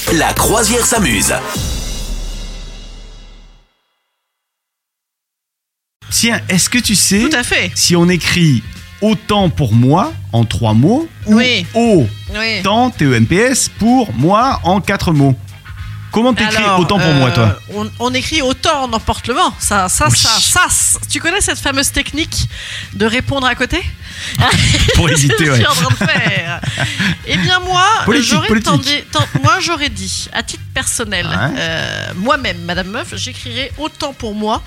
La croisière s'amuse. Tiens, est-ce que tu sais Tout à fait. si on écrit autant pour moi en 3 mots ou Oui. autant TEMPS pour moi en 4 mots? Comment t'écris Alors, autant pour moi, toi? on écrit autant, on emporte le vent. Ça, tu connais cette fameuse technique de répondre à côté? Pour hésiter, ouais. Je suis en train de faire. Eh bien, moi, j'aurais dit, à titre personnel, moi-même, Madame Meuf, j'écrirais autant pour moi.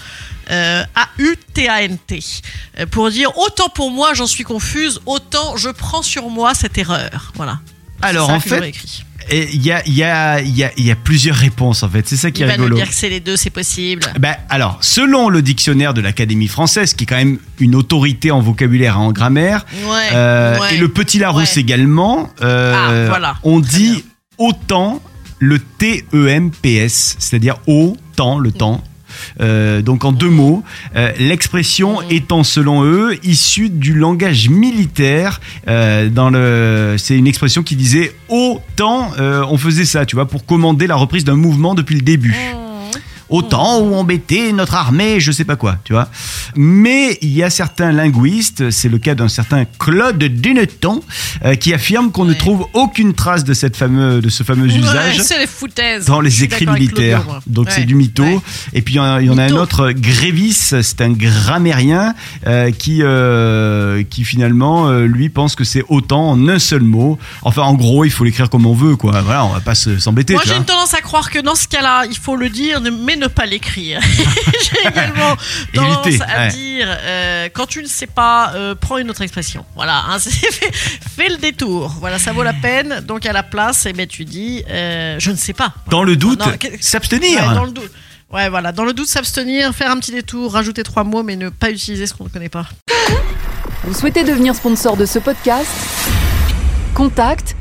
AUTANT pour dire autant pour moi j'en suis confuse, autant je prends sur moi cette erreur. Voilà. Alors en fait, il y a plusieurs réponses en fait. C'est ça qui est rigolo. Il va nous dire que c'est les deux, c'est possible. Alors, selon le dictionnaire de l'Académie française, qui est quand même une autorité en vocabulaire et en grammaire, et le Petit Larousse également, on dit autant le TEMPS, c'est-à-dire autant le temps. Donc en 2 mots, l'expression étant selon eux issue du langage militaire. C'est une expression qui disait autant on faisait ça, tu vois, pour commander la reprise d'un mouvement depuis le début. Autant où embêter notre armée, je sais pas quoi, tu vois. Mais il y a certains linguistes, c'est le cas d'un certain Claude Duneton, qui affirme qu'on ne trouve aucune trace de ce fameux usage c'est les foutaises. dans les écrits militaires. Donc c'est du mytho. Et puis il y en a un autre, Grévis, c'est un grammairien qui finalement lui pense que c'est autant en un seul mot. Enfin en gros, il faut l'écrire comme on veut, quoi. Voilà, on va pas s'embêter. Moi j'ai une tendance à croire que dans ce cas-là, il faut le dire, mais ne pas l'écrire. J'ai également tendance à dire quand tu ne sais pas, prends une autre expression. Voilà, hein, fais le détour. Voilà, ça vaut la peine. Donc à la place, tu dis je ne sais pas. Dans le doute, s'abstenir. Dans le doute. Ouais, voilà, dans le doute, s'abstenir, faire un petit détour, rajouter 3 mots, mais ne pas utiliser ce qu'on ne connaît pas. Vous souhaitez devenir sponsor de ce podcast ?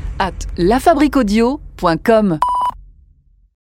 Contact @lafabriquaudio.com